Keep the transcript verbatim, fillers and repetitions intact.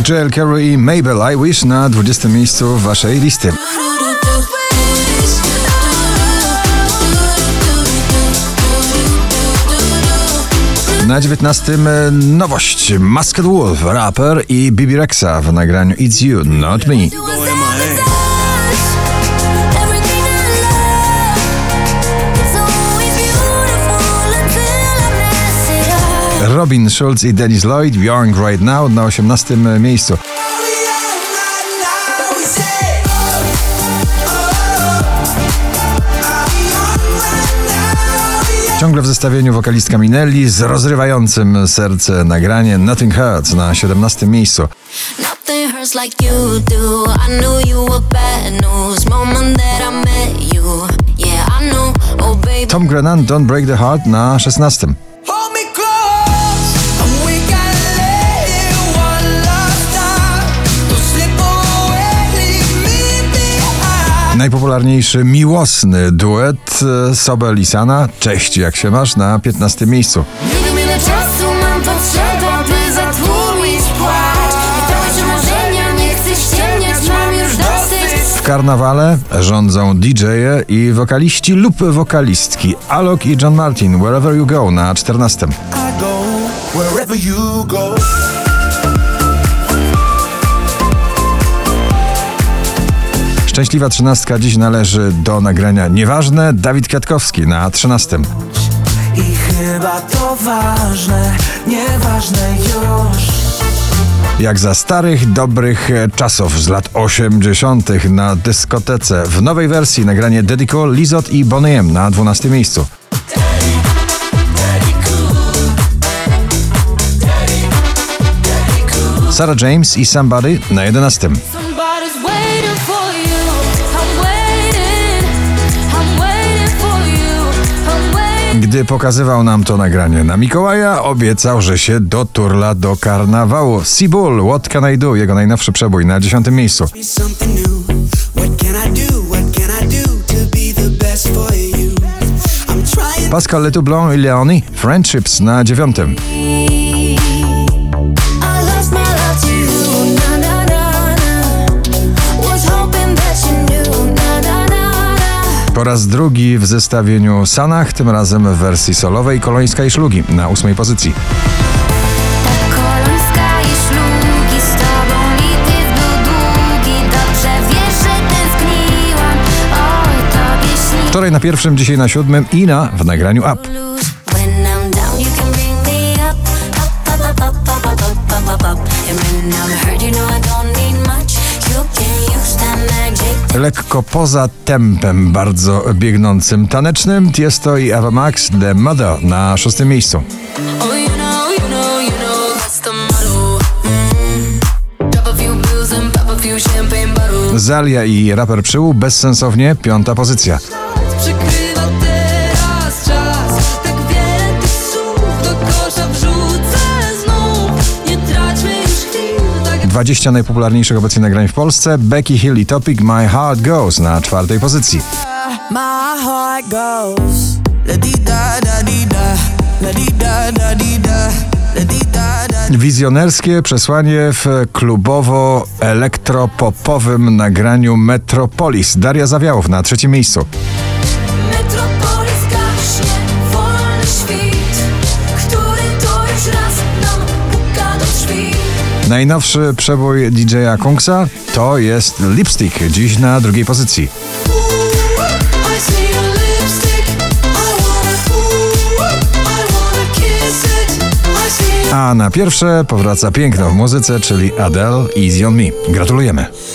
Joel Corry i Mabel I Wish na dwudziestym miejscu waszej listy. Na dziewiętnastym nowość Masked Wolf, raper i Bebe Rexha w nagraniu It's You, Not Me. Robin Schulz i Dennis Lloyd, Young Right Now na osiemnastym miejscu. Ciągle w zestawieniu wokalistka Minelli z rozrywającym serce nagranie Nothing Hurts na siedemnastym miejscu. Tom Grennan, Don't Break the Heart na szesnastym. Najpopularniejszy miłosny duet Sobel i Sana, Cześć, jak się masz, na piętnastym miejscu. Nie wiem, ile czasu mam potrzeba, by zatłumić płacz. Nie pełnię marzenia, nie chcę ściemniać, mam już dosyć. W karnawale rządzą D J-e i wokaliści lub wokalistki Alok i John Martin, Wherever You Go na czternastym. Szczęśliwa trzynastka dziś należy do nagrania Nieważne, Dawid Kwiatkowski na trzynastym. I chyba to ważne, nieważne już. Jak za starych, dobrych czasów z lat osiemdziesiątych na dyskotece w nowej wersji nagranie Daddy Cool, Lizot i Boney M na dwunastym miejscu. Sarah James i Somebody na jedenastym. Gdy pokazywał nam to nagranie na Mikołaja, obiecał, że się doturla do karnawału. Seabull, What Can I Do? Jego najnowszy przebój na dziesiątym miejscu. Pascal Letoublon i Leoni, Friendships na dziewiątym. Po raz drugi w zestawieniu Sanach, tym razem w wersji solowej Kolońska i Szlugi na ósmej pozycji. Kolońska i Szlugi, z tobą lipiec był długi, dobrze wiesz, że tęskniłam, oj, tobie śni. Wczoraj na pierwszym, dzisiaj na siódmym i na w nagraniu Up. Lekko poza tempem bardzo biegnącym tanecznym Tiesto i Ava Max, The Mother na szóstym miejscu. Zalia i raper Przyłu, Bezsensownie, piąta pozycja. dwadzieścia najpopularniejszych obecnie nagrań w Polsce. Becky Hill i Topic, My Heart Goes na czwartej pozycji. Wizjonerskie przesłanie w klubowo-elektropopowym nagraniu Metropolis. Daria Zawiałow na trzecim miejscu. Najnowszy przebój D J-a Kungsa to jest Lipstick, dziś na drugiej pozycji. A na pierwsze powraca piękno w muzyce, czyli Adele, Easy on Me. Gratulujemy.